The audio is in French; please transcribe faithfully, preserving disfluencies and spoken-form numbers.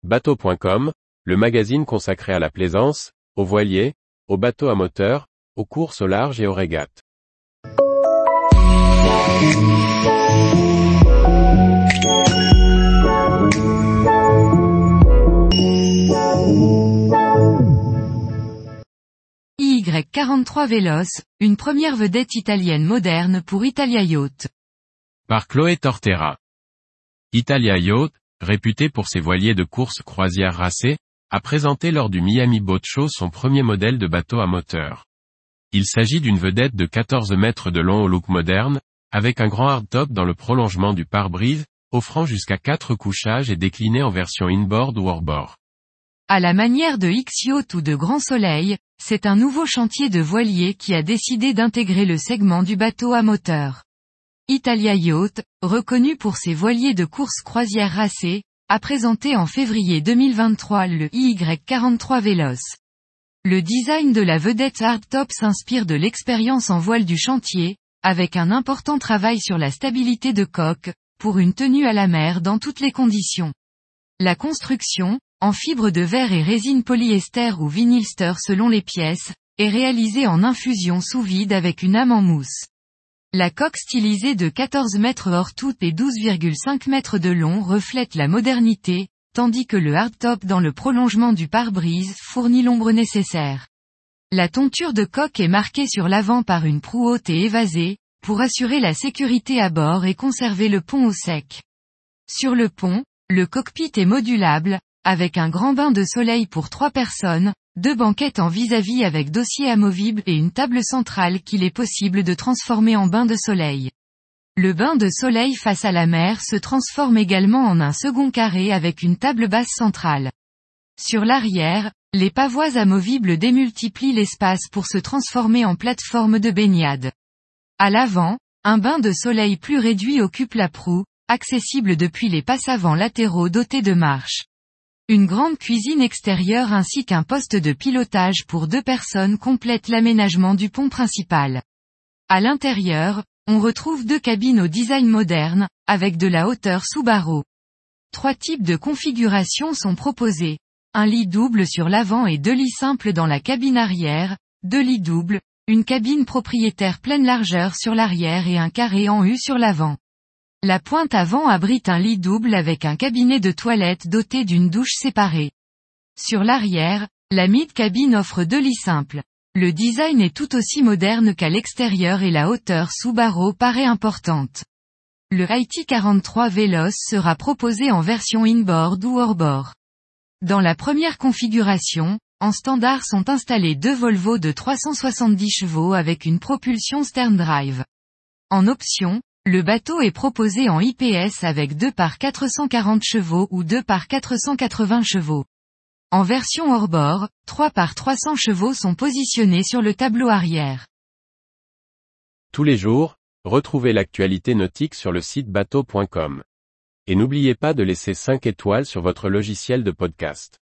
bateau point com, le magazine consacré à la plaisance, aux voiliers, aux bateaux à moteur, aux courses au large et aux régates. I Y quarante-trois Veloce, une première vedette italienne moderne pour Italia Yacht. Par Chloé Tortera. Italia Yacht, réputé pour ses voiliers de course croisière racés, a présenté lors du Miami Boat Show son premier modèle de bateau à moteur. Il s'agit d'une vedette de quatorze mètres de long au look moderne, avec un grand hardtop dans le prolongement du pare-brise, offrant jusqu'à quatre couchages et décliné en version inboard ou hors-bord. À la manière de X-Yacht ou de Grand Soleil, c'est un nouveau chantier de voilier qui a décidé d'intégrer le segment du bateau à moteur. Italia Yacht, reconnu pour ses voiliers de course croisière racés, a présenté en février deux mille vingt-trois le I Y quarante-trois Veloce. Le design de la vedette hardtop s'inspire de l'expérience en voile du chantier, avec un important travail sur la stabilité de coque, pour une tenue à la mer dans toutes les conditions. La construction, en fibre de verre et résine polyester ou vinylster selon les pièces, est réalisée en infusion sous vide avec une âme en mousse. La coque stylisée de quatorze mètres hors tout et douze virgule cinq mètres de long reflète la modernité, tandis que le hardtop dans le prolongement du pare-brise fournit l'ombre nécessaire. La tonture de coque est marquée sur l'avant par une proue haute et évasée, pour assurer la sécurité à bord et conserver le pont au sec. Sur le pont, le cockpit est modulable, avec un grand bain de soleil pour trois personnes, deux banquettes en vis-à-vis avec dossier amovible et une table centrale qu'il est possible de transformer en bain de soleil. Le bain de soleil face à la mer se transforme également en un second carré avec une table basse centrale. Sur l'arrière, les pavois amovibles démultiplient l'espace pour se transformer en plateforme de baignade. À l'avant, un bain de soleil plus réduit occupe la proue, accessible depuis les passe-avant latéraux dotés de marches. Une grande cuisine extérieure ainsi qu'un poste de pilotage pour deux personnes complètent l'aménagement du pont principal. À l'intérieur, on retrouve deux cabines au design moderne, avec de la hauteur sous barreau. Trois types de configurations sont proposés. Un lit double sur l'avant et deux lits simples dans la cabine arrière, deux lits doubles, une cabine propriétaire pleine largeur sur l'arrière et un carré en U sur l'avant. La pointe avant abrite un lit double avec un cabinet de toilette doté d'une douche séparée. Sur l'arrière, la mid-cabine offre deux lits simples. Le design est tout aussi moderne qu'à l'extérieur et la hauteur sous barreau paraît importante. Le I Y quarante-trois Veloce sera proposé en version inboard ou hors-bord. Dans la première configuration, en standard sont installés deux Volvo de trois cent soixante-dix chevaux avec une propulsion stern drive. En option, le bateau est proposé en I P S avec deux par quatre cent quarante chevaux ou deux par quatre cent quatre-vingts chevaux. En version hors-bord, trois par trois cents chevaux sont positionnés sur le tableau arrière. Tous les jours, retrouvez l'actualité nautique sur le site bateau point com. Et n'oubliez pas de laisser cinq étoiles sur votre logiciel de podcast.